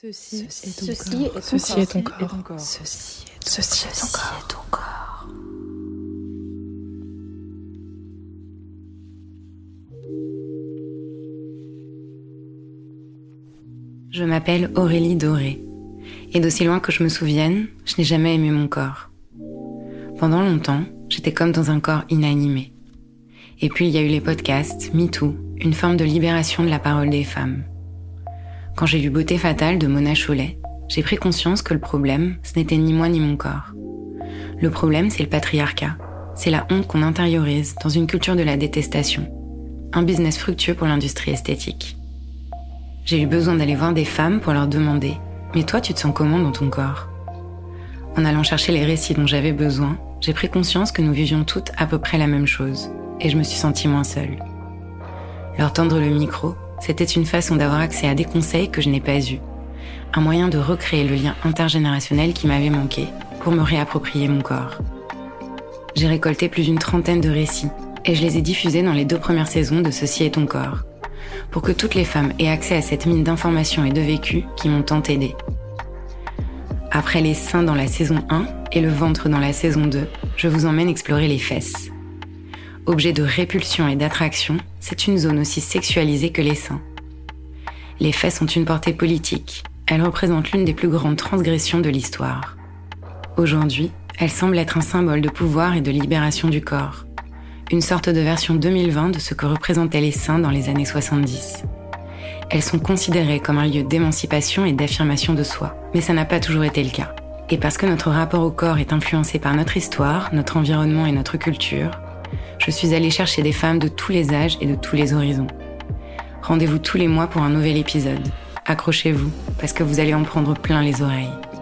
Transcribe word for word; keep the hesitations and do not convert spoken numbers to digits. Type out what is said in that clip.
Ceci, Ceci est ton corps. Ceci est ton corps. Ceci est ton Ceci est ton corps. est ton corps. Je m'appelle Aurélie Doré. Et d'aussi loin que je me souvienne, je n'ai jamais aimé mon corps. Pendant longtemps, j'étais comme dans un corps inanimé. Et puis il y a eu les podcasts, MeToo, une forme de libération de la parole des femmes. Quand j'ai lu Beauté fatale de Mona Chollet, j'ai pris conscience que le problème, ce n'était ni moi ni mon corps. Le problème, c'est le patriarcat. C'est la honte qu'on intériorise dans une culture de la détestation. Un business fructueux pour l'industrie esthétique. J'ai eu besoin d'aller voir des femmes pour leur demander « Mais toi, tu te sens comment dans ton corps ?» En allant chercher les récits dont j'avais besoin, j'ai pris conscience que nous vivions toutes à peu près la même chose, et je me suis sentie moins seule. Leur tendre le micro, c'était une façon d'avoir accès à des conseils que je n'ai pas eus. Un moyen de recréer le lien intergénérationnel qui m'avait manqué pour me réapproprier mon corps. J'ai récolté plus d'une trentaine de récits, et je les ai diffusés dans les deux premières saisons de Ceci est ton corps, pour que toutes les femmes aient accès à cette mine d'informations et de vécus qui m'ont tant aidée. Après les seins dans la saison un et le ventre dans la saison deux, je vous emmène explorer les fesses. Objet de répulsion et d'attraction, c'est une zone aussi sexualisée que les seins. Les fesses ont une portée politique. Elles représentent l'une des plus grandes transgressions de l'histoire. Aujourd'hui, elles semblent être un symbole de pouvoir et de libération du corps. Une sorte de version deux mille vingt de ce que représentaient les seins dans les années soixante-dix. Elles sont considérées comme un lieu d'émancipation et d'affirmation de soi, mais ça n'a pas toujours été le cas. Et parce que notre rapport au corps est influencé par notre histoire, notre environnement et notre culture, je suis allée chercher des femmes de tous les âges et de tous les horizons. Rendez-vous tous les mois pour un nouvel épisode. Accrochez-vous, parce que vous allez en prendre plein les oreilles.